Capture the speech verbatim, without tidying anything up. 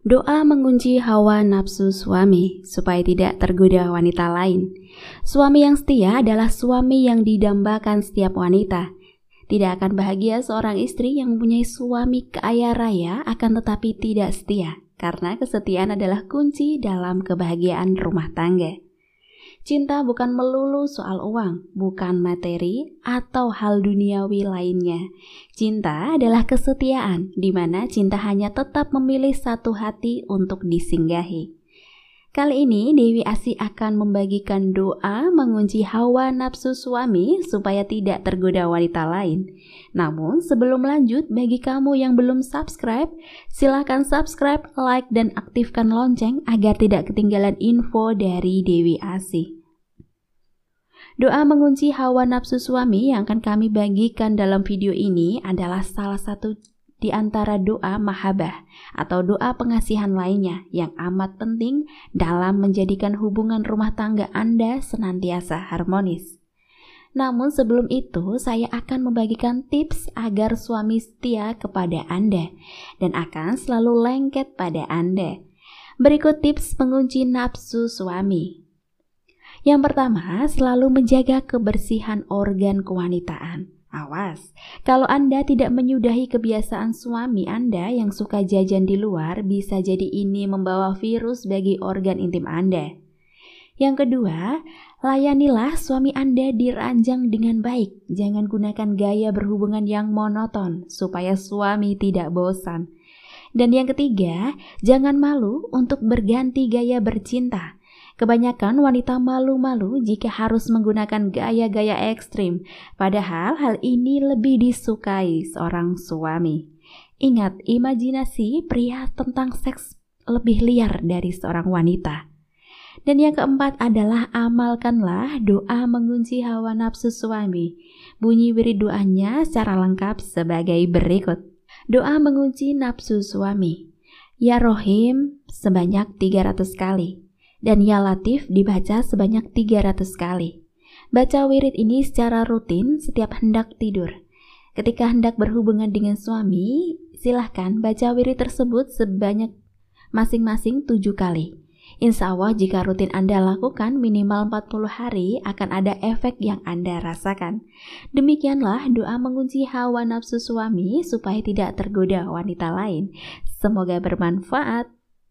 Doa mengunci hawa nafsu suami supaya tidak tergoda wanita lain. Suami yang setia adalah suami yang didambakan setiap wanita. Tidak akan bahagia seorang istri yang mempunyai suami kaya raya akan tetapi tidak setia, karena kesetiaan adalah kunci dalam kebahagiaan rumah tangga. Cinta bukan melulu soal uang, bukan materi atau hal duniawi lainnya. Cinta adalah kesetiaan, di mana cinta hanya tetap memilih satu hati untuk disinggahi. Kali ini Dewi Asih akan membagikan doa mengunci hawa nafsu suami supaya tidak tergoda wanita lain. Namun sebelum lanjut, bagi kamu yang belum subscribe, silakan subscribe, like, dan aktifkan lonceng agar tidak ketinggalan info dari Dewi Asih. Doa mengunci hawa nafsu suami yang akan kami bagikan dalam video ini adalah salah satu di antara doa mahabbah atau doa pengasihan lainnya yang amat penting dalam menjadikan hubungan rumah tangga Anda senantiasa harmonis. Namun sebelum itu, saya akan membagikan tips agar suami setia kepada Anda dan akan selalu lengket pada Anda. Berikut tips mengunci nafsu suami. Yang pertama, selalu menjaga kebersihan organ kewanitaan. Awas, kalau Anda tidak menyudahi kebiasaan suami Anda yang suka jajan di luar, bisa jadi ini membawa virus bagi organ intim Anda. Yang kedua, layanilah suami Anda di ranjang dengan baik. Jangan gunakan gaya berhubungan yang monoton supaya suami tidak bosan. Dan yang ketiga, jangan malu untuk berganti gaya bercinta. Kebanyakan wanita malu-malu jika harus menggunakan gaya-gaya ekstrim, padahal hal ini lebih disukai seorang suami. Ingat, imajinasi pria tentang seks lebih liar dari seorang wanita. Dan yang keempat adalah amalkanlah doa mengunci hawa nafsu suami. Bunyi wirid doanya secara lengkap sebagai berikut. Doa mengunci nafsu suami. Ya Rohim sebanyak tiga ratus kali. Dan Ya Latif dibaca sebanyak tiga ratus kali. Baca wirid ini secara rutin setiap hendak tidur. Ketika hendak berhubungan dengan suami, silahkan baca wirid tersebut sebanyak masing-masing tujuh kali. Insya Allah jika rutin Anda lakukan minimal empat puluh hari akan ada efek yang Anda rasakan. Demikianlah doa mengunci hawa nafsu suami supaya tidak tergoda wanita lain. Semoga bermanfaat.